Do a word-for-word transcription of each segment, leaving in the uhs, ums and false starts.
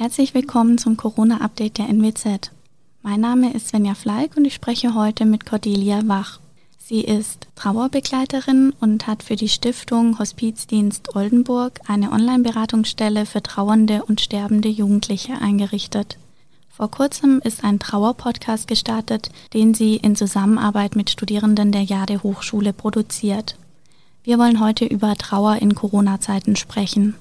Herzlich willkommen zum Corona-Update der N W Z. Mein Name ist Svenja Fleig und ich spreche heute mit Cordelia Wach. Sie ist Trauerbegleiterin und hat für die Stiftung Hospizdienst Oldenburg eine Online-Beratungsstelle für trauernde und sterbende Jugendliche eingerichtet. Vor kurzem ist ein Trauer-Podcast gestartet, den sie in Zusammenarbeit mit Studierenden der Jade-Hochschule produziert. Wir wollen heute über Trauer in Corona-Zeiten sprechen.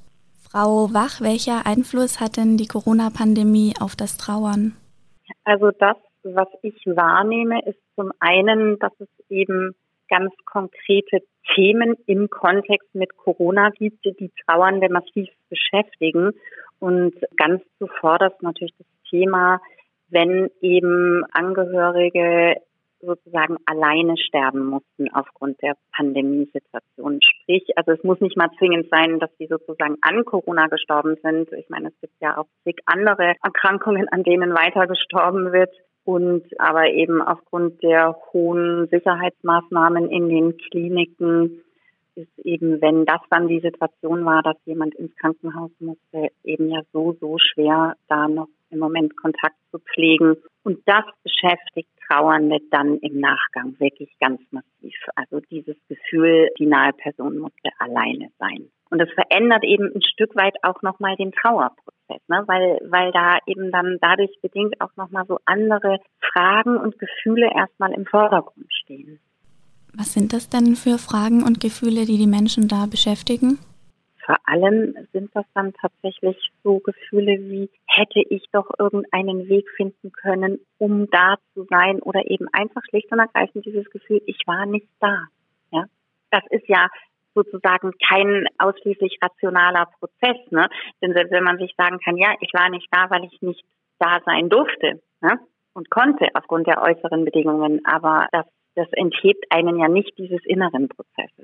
Frau Wach, welcher Einfluss hat denn die Corona-Pandemie auf das Trauern? Also das, was ich wahrnehme, ist zum einen, dass es eben ganz konkrete Themen im Kontext mit Corona gibt, die Trauernde massiv beschäftigen. Und ganz zuvorderst natürlich das Thema, wenn eben Angehörige sozusagen alleine sterben mussten aufgrund der Pandemiesituation. Sprich, also es muss nicht mal zwingend sein, dass sie sozusagen an Corona gestorben sind. Ich meine, es gibt ja auch zig andere Erkrankungen, an denen weiter gestorben wird. Und aber eben aufgrund der hohen Sicherheitsmaßnahmen in den Kliniken ist eben, wenn das dann die Situation war, dass jemand ins Krankenhaus musste, eben ja so, so schwer, da noch im Moment Kontakt zu pflegen. Und das beschäftigt Trauernde dann im Nachgang wirklich ganz massiv. Also dieses Gefühl, die nahe Person musste alleine sein. Und es verändert eben ein Stück weit auch nochmal den Trauerprozess, ne? weil, weil da eben dann dadurch bedingt auch nochmal so andere Fragen und Gefühle erstmal im Vordergrund stehen. Was sind das denn für Fragen und Gefühle, die die Menschen da beschäftigen? Vor allem sind das dann tatsächlich so Gefühle wie, hätte ich doch irgendeinen Weg finden können, um da zu sein, oder eben einfach schlicht und ergreifend dieses Gefühl, ich war nicht da. Ja, das ist ja sozusagen kein ausschließlich rationaler Prozess, ne? Denn selbst wenn man sich sagen kann, ja, ich war nicht da, weil ich nicht da sein durfte, ne? Und konnte aufgrund der äußeren Bedingungen, aber das, das enthebt einen ja nicht dieses inneren Prozesses.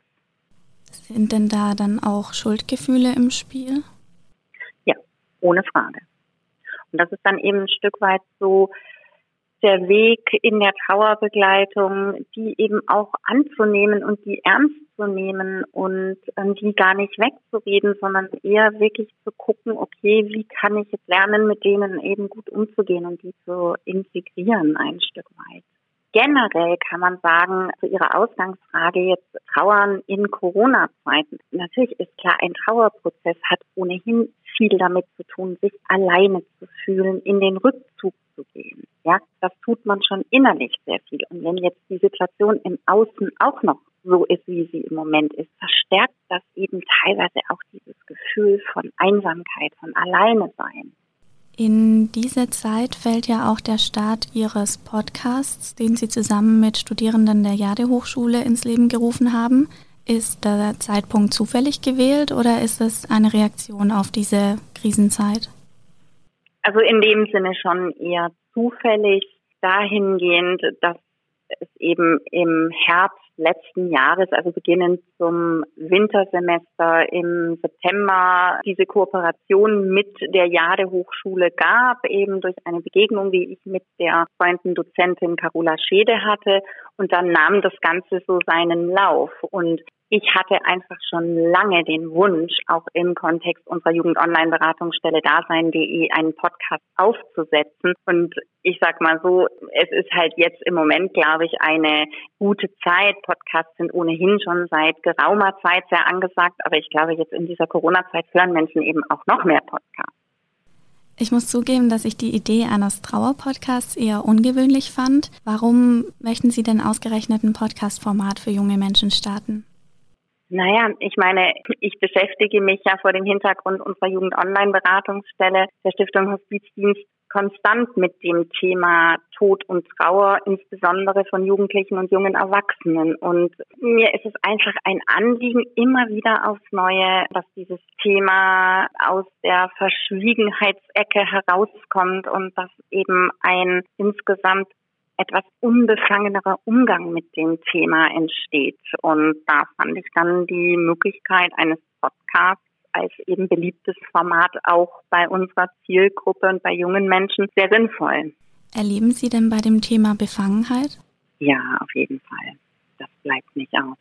Sind denn da dann auch Schuldgefühle im Spiel? Ja, ohne Frage. Und das ist dann eben ein Stück weit so der Weg in der Trauerbegleitung, die eben auch anzunehmen und die ernst zu nehmen und ähm, die gar nicht wegzureden, sondern eher wirklich zu gucken, okay, wie kann ich jetzt lernen, mit denen eben gut umzugehen und die zu integrieren ein Stück weit. Generell kann man sagen, zu Ihrer Ausgangsfrage jetzt Trauern in Corona-Zeiten. Natürlich ist klar, ein Trauerprozess hat ohnehin viel damit zu tun, sich alleine zu fühlen, in den Rückzug zu gehen. Ja, das tut man schon innerlich sehr viel. Und wenn jetzt die Situation im Außen auch noch so ist, wie sie im Moment ist, verstärkt das eben teilweise auch dieses Gefühl von Einsamkeit, von Alleinesein. In diese Zeit fällt ja auch der Start Ihres Podcasts, den Sie zusammen mit Studierenden der Jade-Hochschule ins Leben gerufen haben. Ist der Zeitpunkt zufällig gewählt oder ist es eine Reaktion auf diese Krisenzeit? Also in dem Sinne schon eher zufällig, dahingehend, dass es eben im Herbst letzten Jahres, also beginnend zum Wintersemester im September, diese Kooperation mit der Jade-Hochschule gab, eben durch eine Begegnung, die ich mit der freundin Dozentin Carola Schede hatte. Und dann nahm das Ganze so seinen Lauf. Und ich hatte einfach schon lange den Wunsch, auch im Kontext unserer Jugend-Online-Beratungsstelle dasein punkt de einen Podcast aufzusetzen. Und ich sag mal so, es ist halt jetzt im Moment, glaube ich, eine gute Zeit. Podcasts sind ohnehin schon seit geraumer Zeit sehr angesagt, aber ich glaube, jetzt in dieser Corona-Zeit hören Menschen eben auch noch mehr Podcasts. Ich muss zugeben, dass ich die Idee eines Trauer-Podcasts eher ungewöhnlich fand. Warum möchten Sie denn ausgerechnet ein Podcast-Format für junge Menschen starten? Naja, ich meine, ich beschäftige mich ja vor dem Hintergrund unserer Jugend-Online-Beratungsstelle der Stiftung Hospizdienst konstant mit dem Thema Tod und Trauer, insbesondere von Jugendlichen und jungen Erwachsenen. Und mir ist es einfach ein Anliegen, immer wieder aufs Neue, dass dieses Thema aus der Verschwiegenheitsecke herauskommt und dass eben ein insgesamt etwas unbefangenerer Umgang mit dem Thema entsteht. Und da fand ich dann die Möglichkeit eines Podcasts als eben beliebtes Format auch bei unserer Zielgruppe und bei jungen Menschen sehr sinnvoll. Erleben Sie denn bei dem Thema Befangenheit? Ja, auf jeden Fall. Das bleibt nicht aus.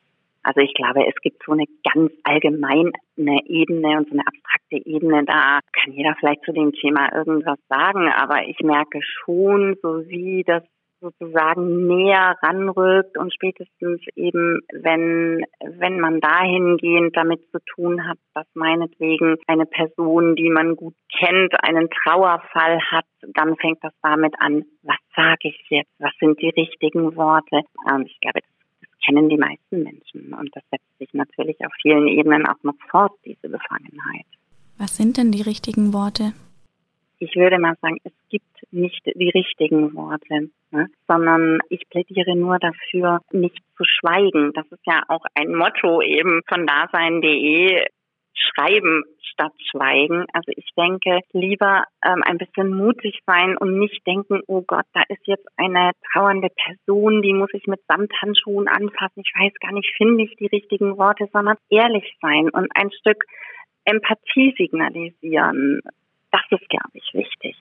Also ich glaube, es gibt so eine ganz allgemeine Ebene und so eine abstrakte Ebene, da kann jeder vielleicht zu dem Thema irgendwas sagen, aber ich merke schon, so wie das sozusagen näher ranrückt und spätestens eben, wenn wenn man dahingehend damit zu tun hat, dass meinetwegen eine Person, die man gut kennt, einen Trauerfall hat, dann fängt das damit an, was sage ich jetzt, was sind die richtigen Worte? Ähm, ich glaube, das, das kennen die meisten Menschen und das setzt sich natürlich auf vielen Ebenen auch noch fort, diese Befangenheit. Was sind denn die richtigen Worte? Ich würde mal sagen, es gibt nicht die richtigen Worte, ne? Sondern ich plädiere nur dafür, nicht zu schweigen. Das ist ja auch ein Motto eben von dasein punkt de, schreiben statt schweigen. Also ich denke, lieber ähm, ein bisschen mutig sein und nicht denken, oh Gott, da ist jetzt eine trauernde Person, die muss ich mit Samthandschuhen anfassen. Ich weiß gar nicht, finde ich die richtigen Worte, sondern ehrlich sein und ein Stück Empathie signalisieren. Das ist, glaube ich, wichtig.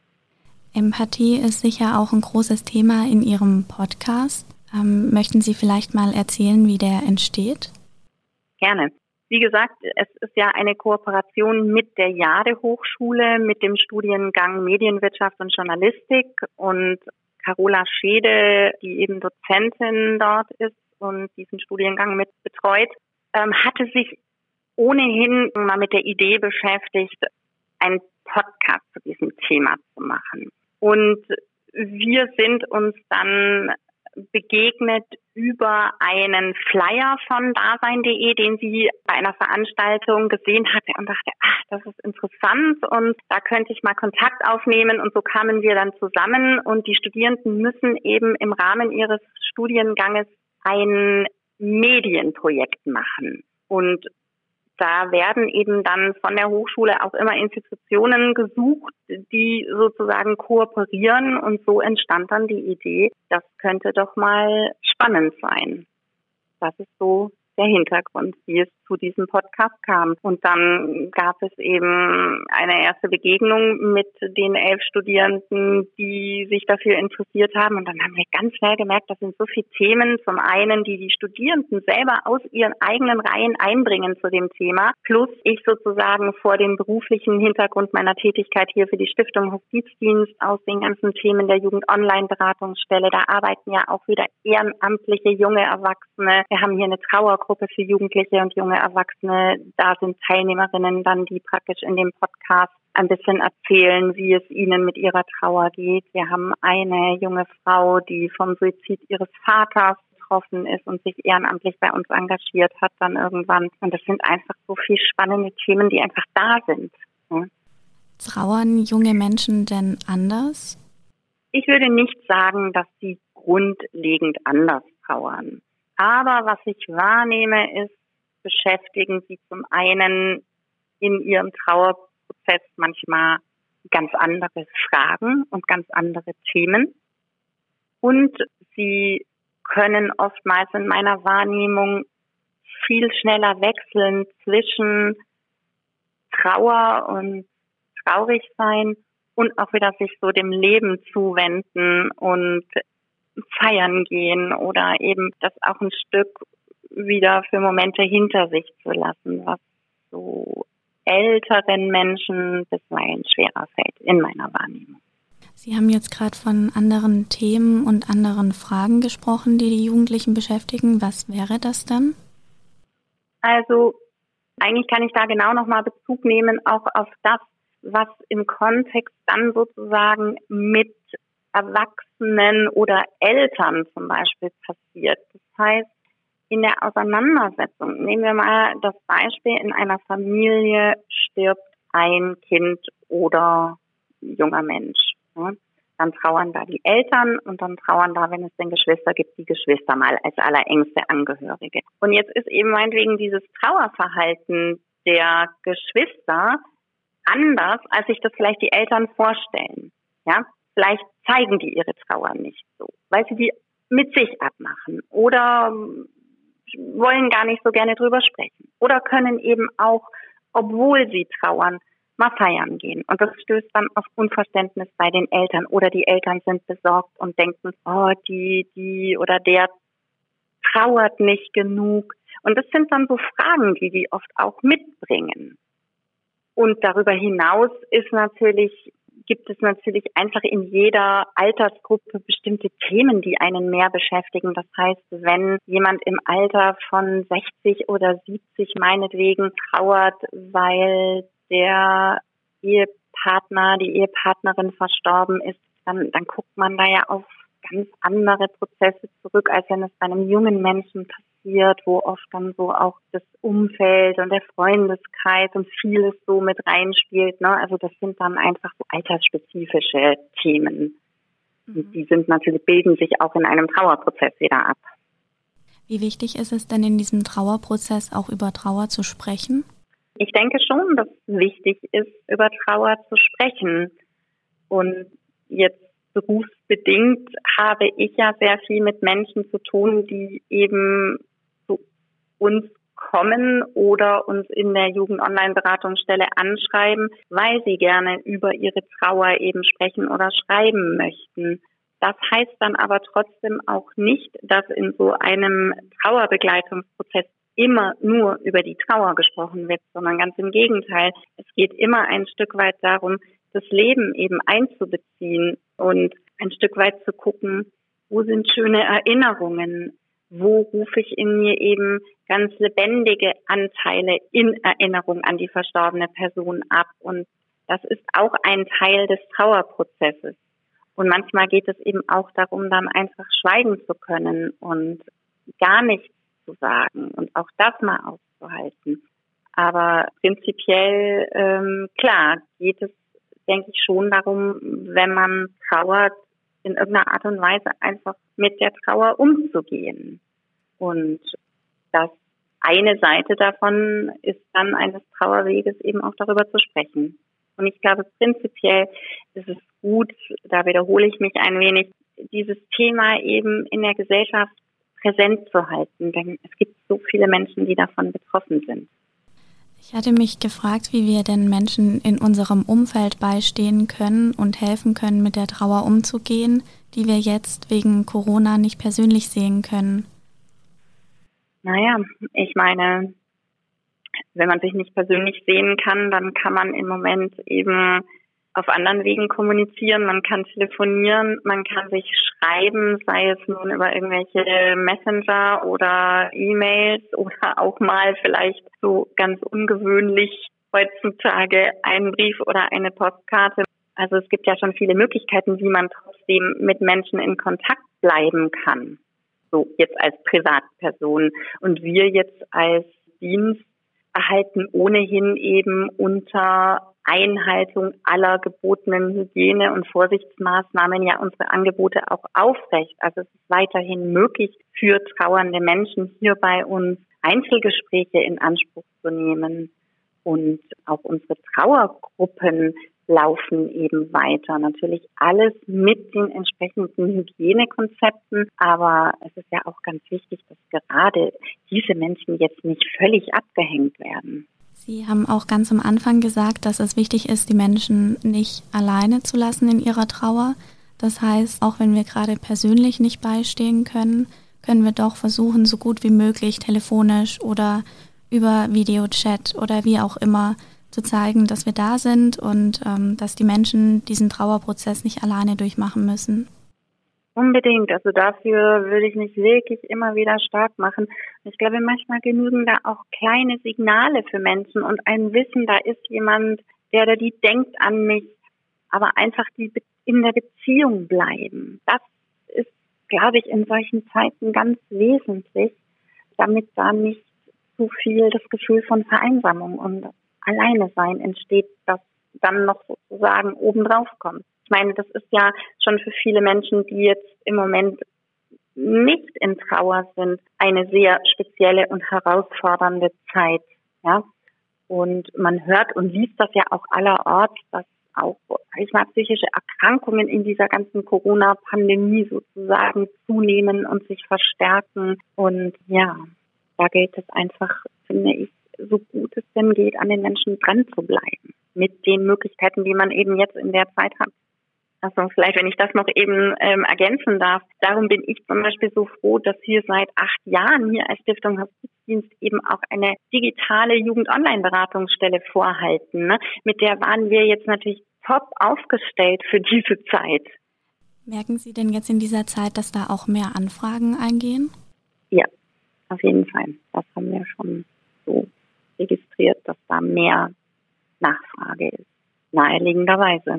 Empathie ist sicher auch ein großes Thema in Ihrem Podcast. Ähm, möchten Sie vielleicht mal erzählen, wie der entsteht? Gerne. Wie gesagt, es ist ja eine Kooperation mit der Jade-Hochschule, mit dem Studiengang Medienwirtschaft und Journalistik. Und Carola Schede, die eben Dozentin dort ist und diesen Studiengang mit betreut, ähm, hatte sich ohnehin mal mit der Idee beschäftigt, einen Podcast zu diesem Thema zu machen. Und wir sind uns dann begegnet über einen Flyer von dasein punkt de, den sie bei einer Veranstaltung gesehen hatte und dachte, ach, das ist interessant und da könnte ich mal Kontakt aufnehmen. Und so kamen wir dann zusammen und die Studierenden müssen eben im Rahmen ihres Studienganges ein Medienprojekt machen. Und da werden eben dann von der Hochschule auch immer Institutionen gesucht, die sozusagen kooperieren. Und so entstand dann die Idee, das könnte doch mal spannend sein. Das ist so der Hintergrund, wie es zu diesem Podcast kam. Und dann gab es eben eine erste Begegnung mit den elf Studierenden, die sich dafür interessiert haben. Und dann haben wir ganz schnell gemerkt, das sind so viele Themen. Zum einen, die die Studierenden selber aus ihren eigenen Reihen einbringen zu dem Thema. Plus ich sozusagen vor dem beruflichen Hintergrund meiner Tätigkeit hier für die Stiftung Hospizdienst aus den ganzen Themen der Jugend-Online-Beratungsstelle. Da arbeiten ja auch wieder ehrenamtliche junge Erwachsene. Wir haben hier eine Trauergruppe für Jugendliche und junge Erwachsene. Da sind Teilnehmerinnen dann, die praktisch in dem Podcast ein bisschen erzählen, wie es ihnen mit ihrer Trauer geht. Wir haben eine junge Frau, die vom Suizid ihres Vaters betroffen ist und sich ehrenamtlich bei uns engagiert hat dann irgendwann. Und das sind einfach so viele spannende Themen, die einfach da sind. Hm? Trauern junge Menschen denn anders? Ich würde nicht sagen, dass sie grundlegend anders trauern. Aber was ich wahrnehme, ist, beschäftigen sie zum einen in ihrem Trauerprozess manchmal ganz andere Fragen und ganz andere Themen. Und sie können oftmals in meiner Wahrnehmung viel schneller wechseln zwischen Trauer und Traurigsein und auch wieder sich so dem Leben zuwenden und feiern gehen oder eben das auch ein Stück wieder für Momente hinter sich zu lassen, was so älteren Menschen bisweilen schwerer fällt, in meiner Wahrnehmung. Sie haben jetzt gerade von anderen Themen und anderen Fragen gesprochen, die die Jugendlichen beschäftigen. Was wäre das dann? Also eigentlich kann ich da genau nochmal Bezug nehmen, auch auf das, was im Kontext dann sozusagen mit Erwachsenen oder Eltern zum Beispiel passiert. Das heißt, in der Auseinandersetzung, nehmen wir mal das Beispiel, in einer Familie stirbt ein Kind oder ein junger Mensch. Ne? Dann trauern da die Eltern und dann trauern da, wenn es denn Geschwister gibt, die Geschwister mal als allerengste Angehörige. Und jetzt ist eben meinetwegen dieses Trauerverhalten der Geschwister anders, als sich das vielleicht die Eltern vorstellen. Ja? Vielleicht zeigen die ihre Trauer nicht so, weil sie die mit sich abmachen oder wollen gar nicht so gerne drüber sprechen oder können eben auch, obwohl sie trauern, mal feiern gehen. Und das stößt dann auf Unverständnis bei den Eltern oder die Eltern sind besorgt und denken, oh, die, die oder der trauert nicht genug. Und das sind dann so Fragen, die die oft auch mitbringen. Und darüber hinaus ist natürlich, gibt es natürlich einfach in jeder Altersgruppe bestimmte Themen, die einen mehr beschäftigen. Das heißt, wenn jemand im Alter von sechzig oder siebzig meinetwegen trauert, weil der Ehepartner, die Ehepartnerin verstorben ist, dann, dann guckt man da ja auf ganz andere Prozesse zurück, als wenn es bei einem jungen Menschen passiert, wo oft dann so auch das Umfeld und der Freundeskreis und vieles so mit reinspielt. Ne? Also das sind dann einfach so altersspezifische Themen. Mhm. Und die sind natürlich, bilden sich auch in einem Trauerprozess wieder ab. Wie wichtig ist es denn in diesem Trauerprozess auch über Trauer zu sprechen? Ich denke schon, dass es wichtig ist, über Trauer zu sprechen. Und jetzt berufsbedingt habe ich ja sehr viel mit Menschen zu tun, die eben zu uns kommen oder uns in der Jugend-Online-Beratungsstelle anschreiben, weil sie gerne über ihre Trauer eben sprechen oder schreiben möchten. Das heißt dann aber trotzdem auch nicht, dass in so einem Trauerbegleitungsprozess immer nur über die Trauer gesprochen wird, sondern ganz im Gegenteil. Es geht immer ein Stück weit darum, das Leben eben einzubeziehen und ein Stück weit zu gucken, wo sind schöne Erinnerungen, wo rufe ich in mir eben ganz lebendige Anteile in Erinnerung an die verstorbene Person ab. Und das ist auch ein Teil des Trauerprozesses. Und manchmal geht es eben auch darum, dann einfach schweigen zu können und gar nichts zu sagen und auch das mal auszuhalten. Aber prinzipiell, ähm, klar, geht es, denke ich, schon darum, wenn man trauert, in irgendeiner Art und Weise einfach mit der Trauer umzugehen. Und das eine Seite davon ist dann eines Trauerweges eben auch darüber zu sprechen. Und ich glaube, prinzipiell ist es gut, da wiederhole ich mich ein wenig, dieses Thema eben in der Gesellschaft präsent zu halten, denn es gibt so viele Menschen, die davon betroffen sind. Ich hatte mich gefragt, wie wir denn Menschen in unserem Umfeld beistehen können und helfen können, mit der Trauer umzugehen, die wir jetzt wegen Corona nicht persönlich sehen können. Naja, ich meine, wenn man sich nicht persönlich sehen kann, dann kann man im Moment eben auf anderen Wegen kommunizieren. Man kann telefonieren, man kann sich schreiben, sei es nun über irgendwelche Messenger oder E-Mails oder auch mal vielleicht so ganz ungewöhnlich heutzutage einen Brief oder eine Postkarte. Also es gibt ja schon viele Möglichkeiten, wie man trotzdem mit Menschen in Kontakt bleiben kann. So jetzt als Privatperson. Und wir jetzt als Dienst erhalten ohnehin eben unter Einhaltung aller gebotenen Hygiene- und Vorsichtsmaßnahmen ja unsere Angebote auch aufrecht. Also es ist weiterhin möglich für trauernde Menschen hier bei uns Einzelgespräche in Anspruch zu nehmen. Und auch unsere Trauergruppen laufen eben weiter. Natürlich alles mit den entsprechenden Hygienekonzepten. Aber es ist ja auch ganz wichtig, dass gerade diese Menschen jetzt nicht völlig abgehängt werden. Sie haben auch ganz am Anfang gesagt, dass es wichtig ist, die Menschen nicht alleine zu lassen in ihrer Trauer. Das heißt, auch wenn wir gerade persönlich nicht beistehen können, können wir doch versuchen, so gut wie möglich telefonisch oder über Videochat oder wie auch immer zu zeigen, dass wir da sind und ähm, dass die Menschen diesen Trauerprozess nicht alleine durchmachen müssen. Unbedingt. Also dafür würde ich mich wirklich immer wieder stark machen. Ich glaube, manchmal genügen da auch kleine Signale für Menschen und ein Wissen, da ist jemand, der oder die denkt an mich, aber einfach die in der Beziehung bleiben. Das ist, glaube ich, in solchen Zeiten ganz wesentlich, damit da nicht zu viel das Gefühl von Vereinsamung und Alleine sein entsteht, das dann noch sozusagen obendrauf kommt. Ich meine, das ist ja schon für viele Menschen, die jetzt im Moment nicht in Trauer sind, eine sehr spezielle und herausfordernde Zeit. Ja, und man hört und liest das ja auch allerorts, dass auch, sag ich mal, psychische Erkrankungen in dieser ganzen Corona-Pandemie sozusagen zunehmen und sich verstärken. Und ja, da gilt es einfach, finde ich, so gut es denn geht, an den Menschen dran zu bleiben. Mit den Möglichkeiten, die man eben jetzt in der Zeit hat. Also vielleicht, wenn ich das noch eben ähm, ergänzen darf. Darum bin ich zum Beispiel so froh, dass wir seit acht Jahren hier als Stiftung Hospizdienst eben auch eine digitale Jugend-Online-Beratungsstelle vorhalten. Ne? Mit der waren wir jetzt natürlich top aufgestellt für diese Zeit. Merken Sie denn jetzt in dieser Zeit, dass da auch mehr Anfragen eingehen? Ja, auf jeden Fall. Das haben wir schon so registriert, dass da mehr Nachfrage ist, naheliegenderweise.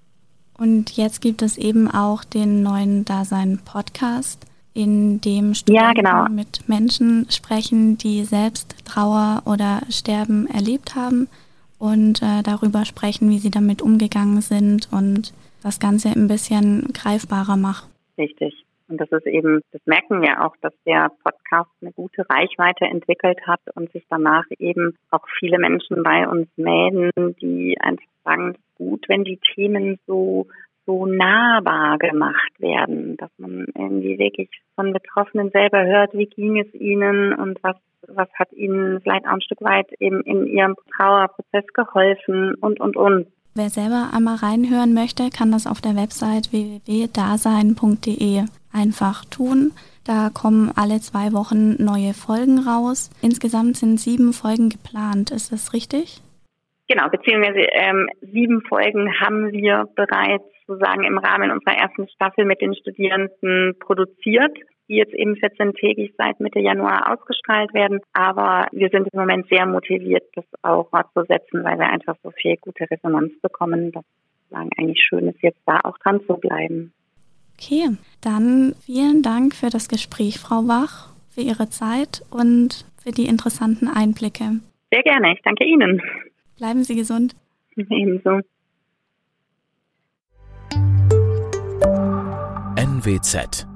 Und jetzt gibt es eben auch den neuen Dasein-Podcast, in dem Studenten ja, genau. mit Menschen sprechen, die selbst Trauer oder Sterben erlebt haben und äh, darüber sprechen, wie sie damit umgegangen sind und das Ganze ein bisschen greifbarer machen. Richtig. Und das ist eben, das merken wir auch, dass der Podcast eine gute Reichweite entwickelt hat und sich danach eben auch viele Menschen bei uns melden, die einfach sagen, es ist gut, wenn die Themen so, so nahbar gemacht werden, dass man irgendwie wirklich von Betroffenen selber hört, wie ging es ihnen und was, was hat ihnen vielleicht auch ein Stück weit eben in ihrem Trauerprozess geholfen und, und, und. Wer selber einmal reinhören möchte, kann das auf der Website w w w punkt dasein punkt d e einfach tun. Da kommen alle zwei Wochen neue Folgen raus. Insgesamt sind sieben Folgen geplant. Ist das richtig? Genau, beziehungsweise ähm, sieben Folgen haben wir bereits sozusagen im Rahmen unserer ersten Staffel mit den Studierenden produziert, die jetzt eben vierzehntägig seit Mitte Januar ausgestrahlt werden. Aber wir sind im Moment sehr motiviert, das auch fortzusetzen, weil wir einfach so viel gute Resonanz bekommen, dass sozusagen eigentlich schön ist, jetzt da auch dran zu bleiben. Okay, dann vielen Dank für das Gespräch, Frau Wach, für Ihre Zeit und für die interessanten Einblicke. Sehr gerne, ich danke Ihnen. Bleiben Sie gesund. Ebenso. N W Z